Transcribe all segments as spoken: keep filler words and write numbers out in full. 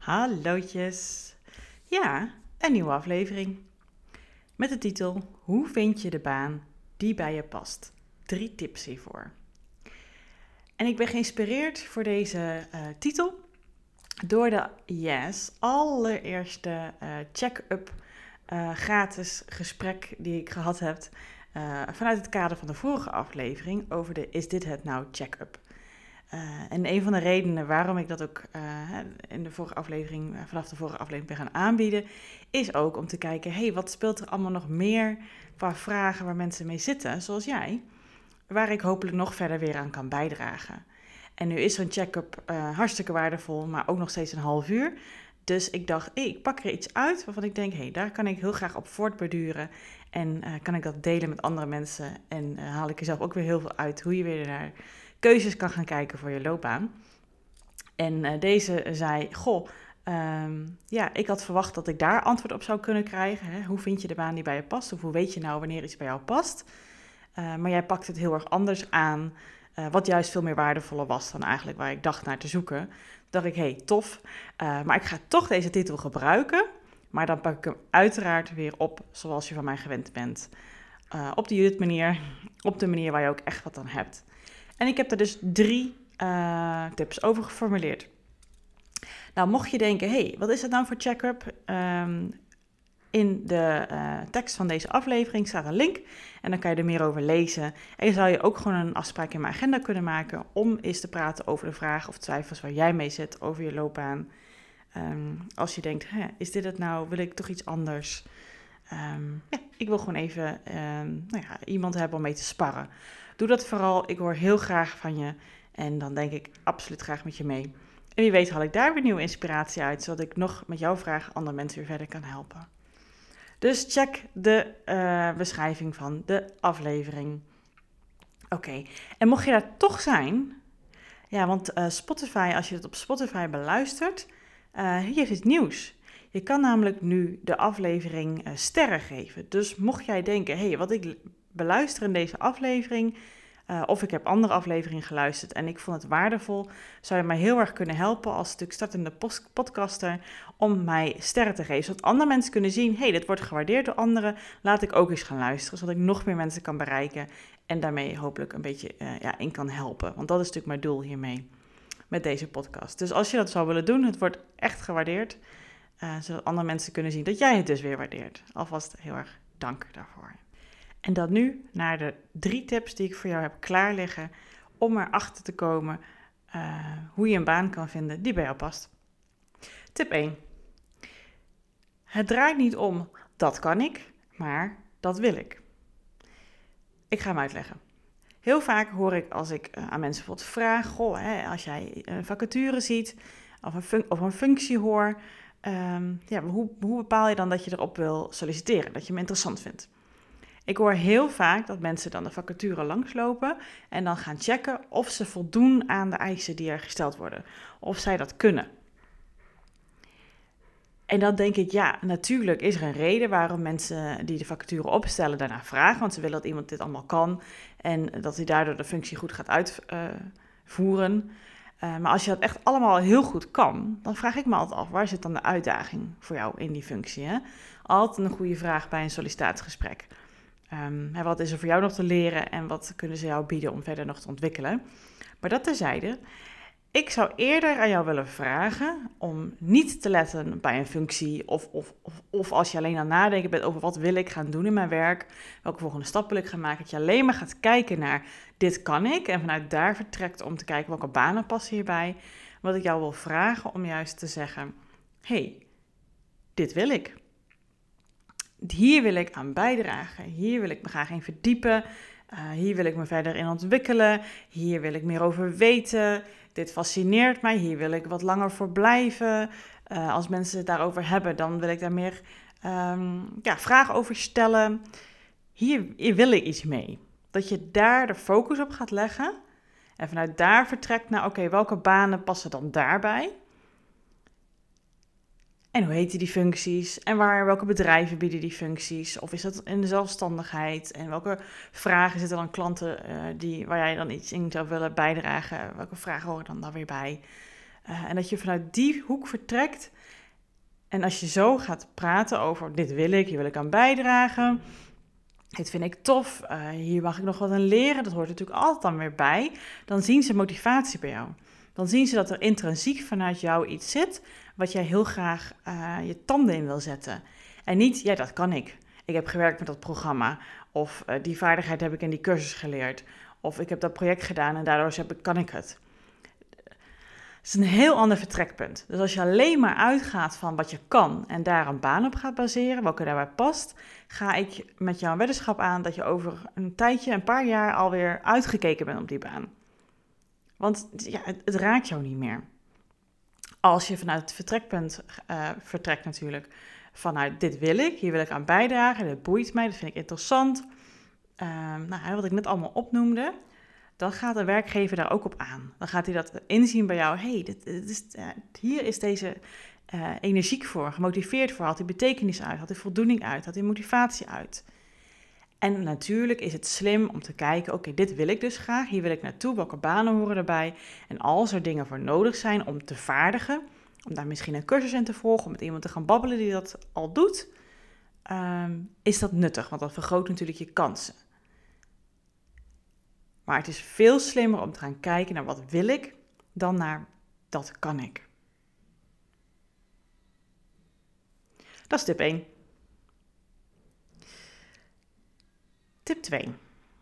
Hallootjes. Ja, een nieuwe aflevering. Met de titel Hoe vind je de baan die bij je past? Drie tips hiervoor. En ik ben geïnspireerd voor deze uh, titel door de Yes allereerste uh, check-up uh, gratis gesprek die ik gehad heb uh, vanuit het kader van de vorige aflevering over de Is dit het nou check-up. Uh, en een van de redenen waarom ik dat ook uh, in de vorige aflevering, uh, vanaf de vorige aflevering ben gaan aanbieden, is ook om te kijken, hey, wat speelt er allemaal nog meer qua vragen waar mensen mee zitten, zoals jij, waar ik hopelijk nog verder weer aan kan bijdragen. En nu is zo'n check-up uh, hartstikke waardevol, maar ook nog steeds een half uur. Dus ik dacht, hey, ik pak er iets uit waarvan ik denk, hey, daar kan ik heel graag op voortborduren. En uh, kan ik dat delen met andere mensen. En uh, haal ik er zelf ook weer heel veel uit hoe je weer naar keuzes kan gaan kijken voor je loopbaan. En uh, deze zei, goh, um, ja, ik had verwacht dat ik daar antwoord op zou kunnen krijgen. Hè? Hoe vind je de baan die bij je past? Of hoe weet je nou wanneer iets bij jou past? Uh, maar jij pakt het heel erg anders aan. Uh, wat juist veel meer waardevoller was dan eigenlijk waar ik dacht naar te zoeken. Toen dacht ik, hé, hey, tof. Uh, maar ik ga toch deze titel gebruiken. Maar dan pak ik hem uiteraard weer op zoals je van mij gewend bent. Uh, op de Judith manier. Op de manier waar je ook echt wat aan hebt. En ik heb er dus drie uh, tips over geformuleerd. Nou, mocht je denken, hé, hey, wat is het nou voor check-up? Um, in de uh, tekst van deze aflevering staat een link en dan kan je er meer over lezen. En je zou je ook gewoon een afspraak in mijn agenda kunnen maken om eens te praten over de vragen of twijfels waar jij mee zit over je loopbaan. Um, als je denkt, hè, is dit het nou? Wil ik toch iets anders? Um, ja, ik wil gewoon even um, nou ja, iemand hebben om mee te sparren. Doe dat vooral, ik hoor heel graag van je en dan denk ik absoluut graag met je mee. En wie weet haal ik daar weer nieuwe inspiratie uit, zodat ik nog met jouw vragen andere mensen weer verder kan helpen. Dus check de uh, beschrijving van de aflevering. Oké, okay. En mocht je daar toch zijn, ja, want uh, Spotify, als je het op Spotify beluistert, uh, hier heeft iets nieuws. Je kan namelijk nu de aflevering uh, sterren geven. Dus mocht jij denken, hé, hey, wat ik beluister in deze aflevering, uh, of ik heb andere afleveringen geluisterd en ik vond het waardevol, zou je mij heel erg kunnen helpen als stuk startende podcaster om mij sterren te geven. Zodat andere mensen kunnen zien, hé, hey, dit wordt gewaardeerd door anderen, laat ik ook eens gaan luisteren, zodat ik nog meer mensen kan bereiken en daarmee hopelijk een beetje uh, ja, in kan helpen. Want dat is natuurlijk mijn doel hiermee, met deze podcast. Dus als je dat zou willen doen, het wordt echt gewaardeerd, uh, zodat andere mensen kunnen zien dat jij het dus weer waardeert. Alvast heel erg dank daarvoor. En dan nu naar de drie tips die ik voor jou heb klaar liggen om erachter te komen uh, hoe je een baan kan vinden die bij jou past. Tip één. Het draait niet om dat kan ik, maar dat wil ik. Ik ga hem uitleggen. Heel vaak hoor ik als ik uh, aan mensen bijvoorbeeld vraag, goh, hè, als jij een vacature ziet of een, fun- of een functie hoor, um, ja, hoe, hoe bepaal je dan dat je erop wil solliciteren, dat je hem interessant vindt? Ik hoor heel vaak dat mensen dan de vacature langslopen en dan gaan checken of ze voldoen aan de eisen die er gesteld worden. Of zij dat kunnen. En dan denk ik, ja, natuurlijk is er een reden waarom mensen die de vacature opstellen daarna vragen. Want ze willen dat iemand dit allemaal kan en dat hij daardoor de functie goed gaat uitvoeren. Uh, maar als je dat echt allemaal heel goed kan, dan vraag ik me altijd af, waar zit dan de uitdaging voor jou in die functie? Hè? Altijd een goede vraag bij een sollicitatiegesprek. Um, hè, wat is er voor jou nog te leren en wat kunnen ze jou bieden om verder nog te ontwikkelen? Maar dat terzijde, ik zou eerder aan jou willen vragen om niet te letten bij een functie of, of, of, of als je alleen aan het nadenken bent over wat wil ik gaan doen in mijn werk, welke volgende stap wil ik gaan maken, dat je alleen maar gaat kijken naar dit kan ik en vanuit daar vertrekt om te kijken welke banen passen hierbij. Wat ik jou wil vragen om juist te zeggen, hey, dit wil ik. Hier wil ik aan bijdragen, hier wil ik me graag in verdiepen, uh, hier wil ik me verder in ontwikkelen, hier wil ik meer over weten, dit fascineert mij, hier wil ik wat langer voor blijven. Uh, als mensen het daarover hebben, dan wil ik daar meer um, ja, vragen over stellen. Hier, hier wil ik iets mee. Dat je daar de focus op gaat leggen en vanuit daar vertrekt naar, oké, okay, welke banen passen dan daarbij? En hoe heten die functies? En waar, welke bedrijven bieden die functies? Of is dat in de zelfstandigheid? En welke vragen zitten dan klanten uh, die, waar jij dan iets in zou willen bijdragen? Welke vragen horen dan daar weer bij? Uh, en dat je vanuit die hoek vertrekt En als je zo gaat praten over dit wil ik, hier wil ik aan bijdragen, dit vind ik tof, uh, hier mag ik nog wat aan leren, dat hoort natuurlijk altijd dan weer bij, dan zien ze motivatie bij jou. Dan zien ze dat er intrinsiek vanuit jou iets zit wat jij heel graag uh, je tanden in wil zetten. En niet, ja, dat kan ik. Ik heb gewerkt met dat programma. Of uh, die vaardigheid heb ik in die cursus geleerd. Of ik heb dat project gedaan en daardoor heb ik, kan ik het. Het is een heel ander vertrekpunt. Dus als je alleen maar uitgaat van wat je kan en daar een baan op gaat baseren, welke daarbij past, ga ik met jou een weddenschap aan dat je over een tijdje, een paar jaar alweer uitgekeken bent op die baan. Want ja, het, het raakt jou niet meer. Als je vanuit het vertrekpunt uh, vertrekt natuurlijk, vanuit dit wil ik, hier wil ik aan bijdragen, dit boeit mij, dat vind ik interessant. Uh, nou, wat ik net allemaal opnoemde, dan gaat de werkgever daar ook op aan. Dan gaat hij dat inzien bij jou. Hé, hey, dit, dit is, uh, hier is deze uh, energiek voor, gemotiveerd voor, had hij betekenis uit, had hij voldoening uit, had hij motivatie uit. En natuurlijk is het slim om te kijken, oké, okay, dit wil ik dus graag, hier wil ik naartoe, welke banen horen erbij. En als er dingen voor nodig zijn om te vaardigen, om daar misschien een cursus in te volgen, om met iemand te gaan babbelen die dat al doet, um, is dat nuttig, want dat vergroot natuurlijk je kansen. Maar het is veel slimmer om te gaan kijken naar wat wil ik, dan naar dat kan ik. Dat is tip één. Tip twee.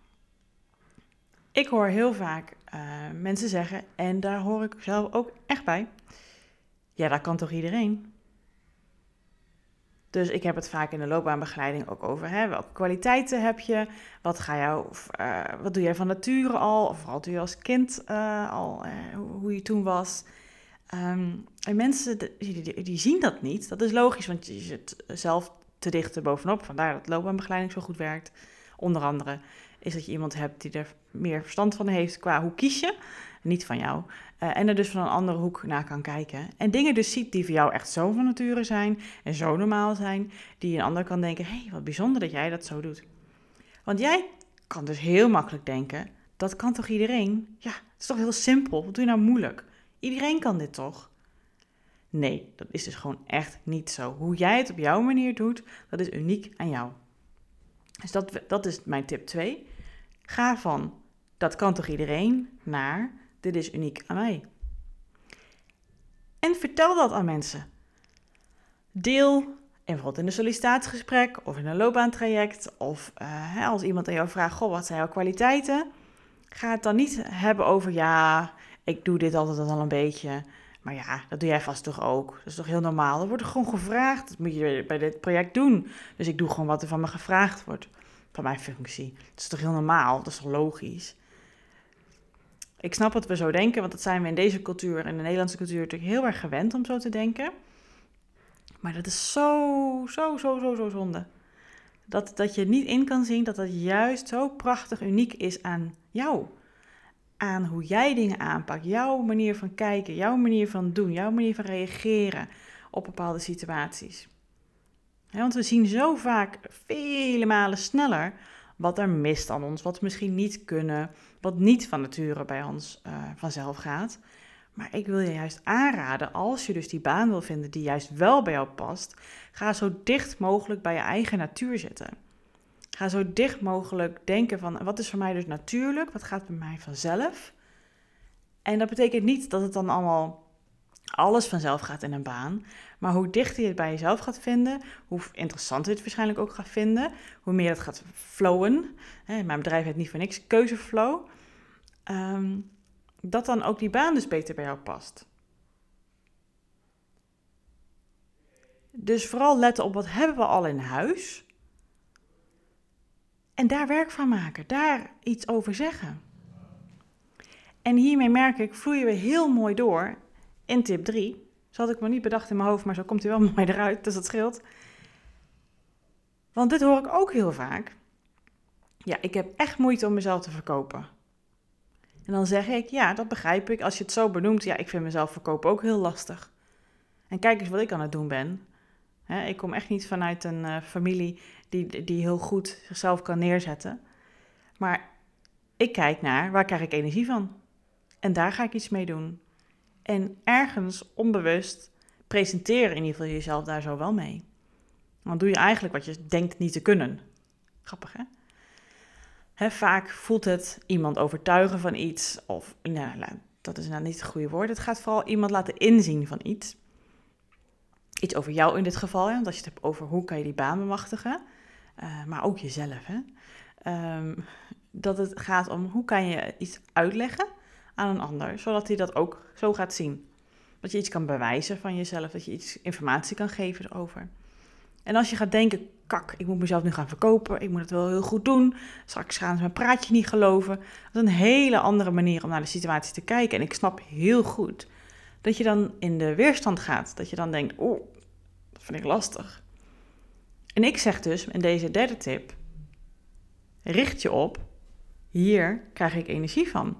Ik hoor heel vaak uh, mensen zeggen, en daar hoor ik zelf ook echt bij, ja, dat kan toch iedereen? Dus ik heb het vaak in de loopbaanbegeleiding ook over, hè, welke kwaliteiten heb je, wat, ga jou, uh, wat doe jij van nature al, of vooral doe je als kind uh, al, uh, hoe je toen was. Um, en mensen, die, die, die zien dat niet, dat is logisch, want je zit zelf te dicht er bovenop, vandaar dat loopbaanbegeleiding zo goed werkt. Onder andere is dat je iemand hebt die er meer verstand van heeft qua hoe kies je, niet van jou. Uh, en er dus van een andere hoek naar kan kijken. En dingen dus ziet die voor jou echt zo van nature zijn en zo normaal zijn, die een ander kan denken, hé, hey, wat bijzonder dat jij dat zo doet. Want jij kan dus heel makkelijk denken, dat kan toch iedereen? Ja, het is toch heel simpel, wat doe je nou moeilijk? Iedereen kan dit toch? Nee, dat is dus gewoon echt niet zo. Hoe jij het op jouw manier doet, dat is uniek aan jou. Dus dat, dat is mijn tip twee. Ga van, dat kan toch iedereen, naar, dit is uniek aan mij. En vertel dat aan mensen. Deel, en bijvoorbeeld in een sollicitatiegesprek of in een loopbaantraject, of uh, als iemand aan jou vraagt, goh, wat zijn jouw kwaliteiten? Ga het dan niet hebben over, ja, ik doe dit altijd al een beetje, maar ja, dat doe jij vast toch ook. Dat is toch heel normaal. Er wordt gewoon gevraagd, dat moet je bij dit project doen. Dus ik doe gewoon wat er van me gevraagd wordt, van mijn functie. Dat is toch heel normaal, dat is toch logisch. Ik snap dat we zo denken, want dat zijn we in deze cultuur, in de Nederlandse cultuur, natuurlijk heel erg gewend om zo te denken. Maar dat is zo, zo, zo, zo, zo zonde. Dat, dat je niet in kan zien dat dat juist zo prachtig uniek is aan jou. Aan hoe jij dingen aanpakt, jouw manier van kijken, jouw manier van doen, jouw manier van reageren op bepaalde situaties. Ja, want we zien zo vaak vele malen sneller wat er mist aan ons, wat we misschien niet kunnen, wat niet van nature bij ons uh, vanzelf gaat. Maar ik wil je juist aanraden, als je dus die baan wil vinden die juist wel bij jou past, ga zo dicht mogelijk bij je eigen natuur zitten. Ga zo dicht mogelijk denken van, wat is voor mij dus natuurlijk, wat gaat bij mij vanzelf? En dat betekent niet dat het dan allemaal alles vanzelf gaat in een baan, maar hoe dichter je het bij jezelf gaat vinden, hoe interessanter je het waarschijnlijk ook gaat vinden, hoe meer het gaat flowen. Mijn bedrijf heet niet voor niks keuzeflow. Um, dat dan ook die baan dus beter bij jou past. Dus vooral letten op wat hebben we al in huis. En daar werk van maken, daar iets over zeggen. En hiermee merk ik, vloeien we heel mooi door in tip drie. Zo had ik me niet bedacht in mijn hoofd, maar zo komt hij wel mooi eruit, dus dat scheelt. Want dit hoor ik ook heel vaak. Ja, ik heb echt moeite om mezelf te verkopen. En dan zeg ik, ja, dat begrijp ik. Als je het zo benoemt, ja, ik vind mezelf verkopen ook heel lastig. En kijk eens wat ik aan het doen ben. He, ik kom echt niet vanuit een uh, familie die, die heel goed zichzelf kan neerzetten. Maar ik kijk naar, waar krijg ik energie van? En daar ga ik iets mee doen. En ergens onbewust presenteer in ieder geval jezelf daar zo wel mee. Dan doe je eigenlijk wat je denkt niet te kunnen. Grappig, hè? Hè, vaak voelt het iemand overtuigen van iets, of nou, dat is nou niet het goede woord. Het gaat vooral iemand laten inzien van iets. Iets over jou in dit geval, hè? Want als je het hebt over hoe kan je die baan bemachtigen, uh, maar ook jezelf. Hè? Um, dat het gaat om hoe kan je iets uitleggen aan een ander, zodat hij dat ook zo gaat zien. Dat je iets kan bewijzen van jezelf, dat je iets informatie kan geven erover. En als je gaat denken, kak, ik moet mezelf nu gaan verkopen, ik moet het wel heel goed doen, straks gaan ze mijn praatje niet geloven. Dat is een hele andere manier om naar de situatie te kijken. En ik snap heel goed dat je dan in de weerstand gaat, dat je dan denkt, oeh, dat vind ik lastig. En ik zeg dus in deze derde tip, richt je op, hier krijg ik energie van.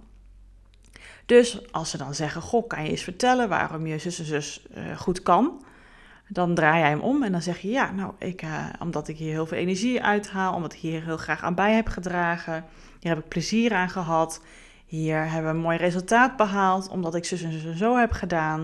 Dus als ze dan zeggen, goh, kan je eens vertellen waarom je zus en zus uh, goed kan? Dan draai jij hem om en dan zeg je, ja, nou, ik, uh, omdat ik hier heel veel energie uithaal, omdat ik hier heel graag aan bij heb gedragen, hier heb ik plezier aan gehad, hier hebben we een mooi resultaat behaald, omdat ik zus en zus en zo heb gedaan.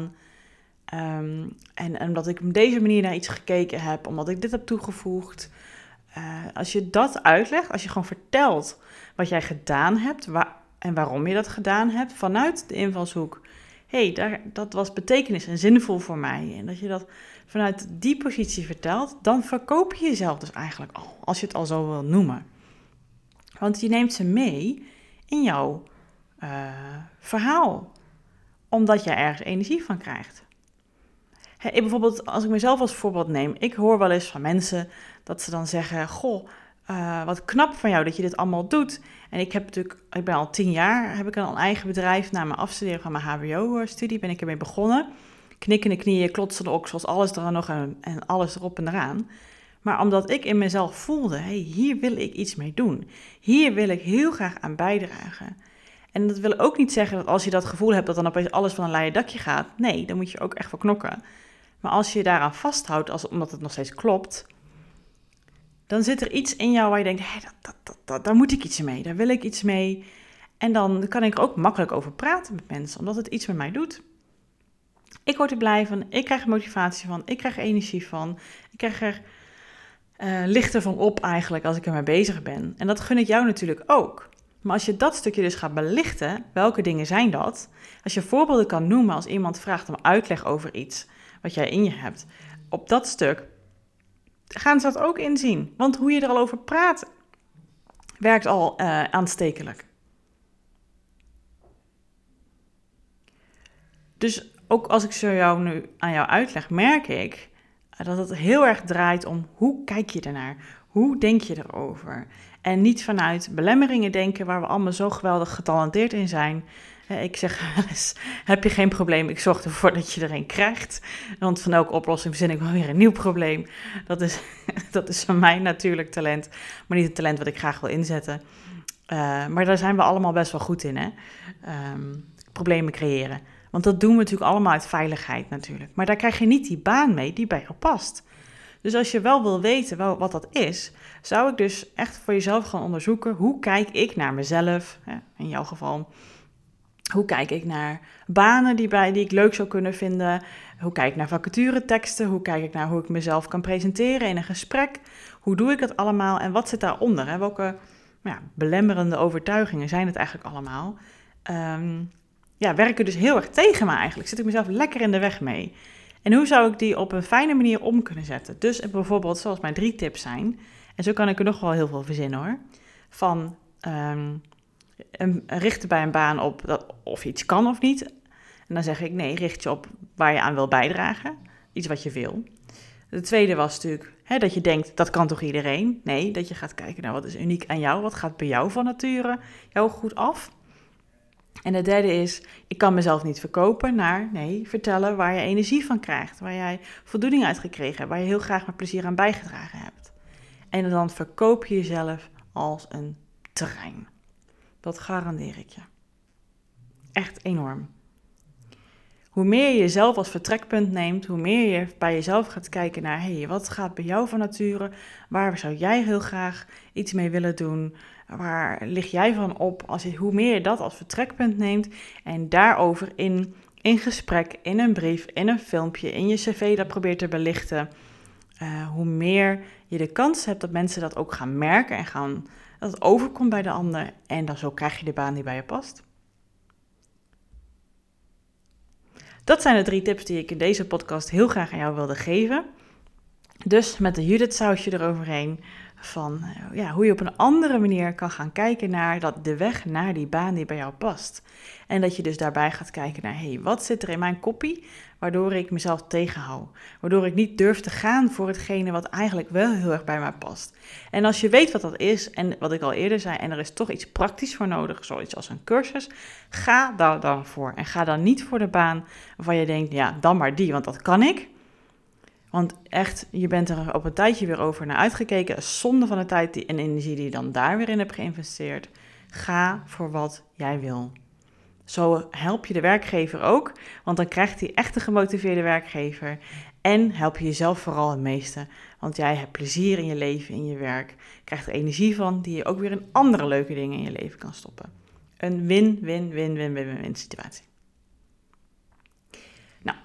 Um, en, en omdat ik op deze manier naar iets gekeken heb, omdat ik dit heb toegevoegd. Uh, als je dat uitlegt, als je gewoon vertelt wat jij gedaan hebt waar, en waarom je dat gedaan hebt, vanuit de invalshoek, hé, hey, dat was betekenis en zinvol voor mij. En dat je dat vanuit die positie vertelt, dan verkoop je jezelf dus eigenlijk al, als je het al zo wil noemen. Want je neemt ze mee in jouw uh, verhaal, omdat jij ergens energie van krijgt. He, bijvoorbeeld, als ik mezelf als voorbeeld neem, ik hoor wel eens van mensen dat ze dan zeggen, goh, uh, wat knap van jou dat je dit allemaal doet. En ik heb natuurlijk, ik ben al tien jaar, heb ik al een eigen bedrijf. Na mijn afstuderen van mijn H B O-studie ben ik ermee begonnen. Knikkende knieën, klotsende oksels, alles eraan nog en, en alles erop en eraan. Maar omdat ik in mezelf voelde, hey, hier wil ik iets mee doen. Hier wil ik heel graag aan bijdragen. En dat wil ook niet zeggen dat als je dat gevoel hebt dat dan opeens alles van een leien dakje gaat. Nee, dan moet je ook echt voor knokken. Maar als je daaraan vasthoudt, als, omdat het nog steeds klopt, dan zit er iets in jou waar je denkt, hey, dat, dat, dat, dat, daar moet ik iets mee, daar wil ik iets mee. En dan kan ik er ook makkelijk over praten met mensen, omdat het iets met mij doet. Ik word er blij van, ik krijg er motivatie van, ik krijg er energie van, ik krijg er uh, lichter van op eigenlijk als ik ermee bezig ben. En dat gun ik jou natuurlijk ook. Maar als je dat stukje dus gaat belichten, welke dingen zijn dat? Als je voorbeelden kan noemen als iemand vraagt om uitleg over iets wat jij in je hebt, op dat stuk gaan ze dat ook inzien. Want hoe je er al over praat, werkt al uh, aanstekelijk. Dus ook als ik zo jou nu aan jou uitleg, merk ik dat het heel erg draait om hoe kijk je ernaar? Hoe denk je erover? En niet vanuit belemmeringen denken waar we allemaal zo geweldig getalenteerd in zijn. Ik zeg wel eens, heb je geen probleem, ik zorg ervoor dat je er een krijgt. Want van elke oplossing verzin ik wel weer een nieuw probleem. Dat is, dat is van mij natuurlijk talent, maar niet het talent wat ik graag wil inzetten. Uh, maar daar zijn we allemaal best wel goed in, hè? Um, problemen creëren. Want dat doen we natuurlijk allemaal uit veiligheid natuurlijk. Maar daar krijg je niet die baan mee die bij jou past. Dus als je wel wil weten wel wat dat is, zou ik dus echt voor jezelf gaan onderzoeken, hoe kijk ik naar mezelf, hè, in jouw geval. Hoe kijk ik naar banen die, bij, die ik leuk zou kunnen vinden? Hoe kijk ik naar vacatureteksten? Hoe kijk ik naar hoe ik mezelf kan presenteren in een gesprek? Hoe doe ik het allemaal en wat zit daaronder? Hè? Welke nou ja, belemmerende overtuigingen zijn het eigenlijk allemaal? Um, ja, werken dus heel erg tegen me eigenlijk. Zit ik mezelf lekker in de weg mee? En hoe zou ik die op een fijne manier om kunnen zetten? Dus bijvoorbeeld zoals mijn drie tips zijn. En zo kan ik er nog wel heel veel verzinnen hoor. Van um, richten bij een baan op dat, of je iets kan of niet. En dan zeg ik nee, richt je op waar je aan wil bijdragen. Iets wat je wil. De tweede was natuurlijk hè, dat je denkt, dat kan toch iedereen? Nee, dat je gaat kijken naar wat is uniek aan jou. Wat gaat bij jou van nature jou goed af? En de derde is, ik kan mezelf niet verkopen naar, nee, vertellen waar je energie van krijgt. Waar jij voldoening uit gekregen hebt, waar je heel graag met plezier aan bijgedragen hebt. En dan verkoop je jezelf als een trein. Dat garandeer ik je. Echt enorm. Hoe meer je jezelf als vertrekpunt neemt, hoe meer je bij jezelf gaat kijken naar, hé, hey, wat gaat bij jou van nature? Waar zou jij heel graag iets mee willen doen? Waar lig jij van op? Als je, hoe meer je dat als vertrekpunt neemt en daarover in in gesprek, in een brief, in een filmpje, in je cv dat probeert te belichten, uh, hoe meer je de kans hebt dat mensen dat ook gaan merken en gaan, dat het overkomt bij de ander. En dan zo krijg je de baan die bij je past. Dat zijn de drie tips die ik in deze podcast heel graag aan jou wilde geven. Dus met de Judith sausje eroverheen van ja, hoe je op een andere manier kan gaan kijken naar dat, de weg naar die baan die bij jou past. En dat je dus daarbij gaat kijken naar, hé, hey, wat zit er in mijn koppie waardoor ik mezelf tegenhoud? Waardoor ik niet durf te gaan voor hetgene wat eigenlijk wel heel erg bij mij past. En als je weet wat dat is, en wat ik al eerder zei, en er is toch iets praktisch voor nodig, zoiets als een cursus, ga daar dan voor. En ga dan niet voor de baan waarvan je denkt, ja, dan maar die, want dat kan ik. Want echt, je bent er op een tijdje weer over naar uitgekeken. Zonde van de tijd en energie die je dan daar weer in hebt geïnvesteerd. Ga voor wat jij wil. Zo help je de werkgever ook, want dan krijgt hij echt een gemotiveerde werkgever. En help je jezelf vooral het meeste, want jij hebt plezier in je leven, in je werk. Krijgt er energie van die je ook weer in andere leuke dingen in je leven kan stoppen. Een win-win-win-win-win-win situatie. Nou,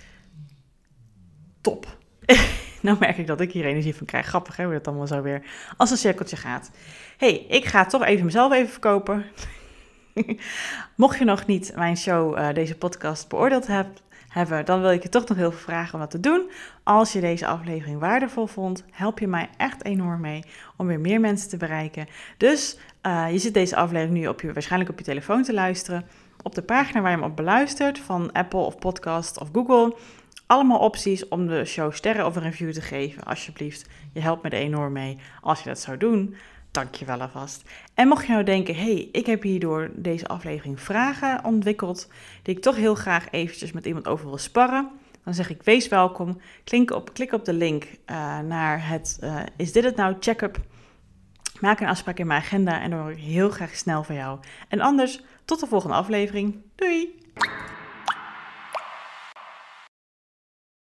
top. Nou merk ik dat ik hier energie van krijg. Grappig hè, hoe dat allemaal zo weer als een cirkeltje gaat. Hé, hey, ik ga toch even mezelf even verkopen. Mocht je nog niet mijn show, uh, deze podcast beoordeeld hebt, hebben, dan wil ik je toch nog heel veel vragen om dat te doen. Als je deze aflevering waardevol vond, help je mij echt enorm mee om weer meer mensen te bereiken. Dus uh, je zit deze aflevering nu op je, waarschijnlijk op je telefoon te luisteren. Op de pagina waar je hem op beluistert, van Apple of Podcast of Google, allemaal opties om de show sterren of een review te geven. Alsjeblieft, je helpt me er enorm mee als je dat zou doen. Dank je wel alvast. En mocht je nou denken, hey, ik heb hierdoor deze aflevering vragen ontwikkeld, die ik toch heel graag eventjes met iemand over wil sparren, dan zeg ik wees welkom. Klik op, klik op de link uh, naar het uh, Is dit het nou check-up. Maak een afspraak in mijn agenda en dan hoor ik heel graag snel van jou. En anders, tot de volgende aflevering. Doei!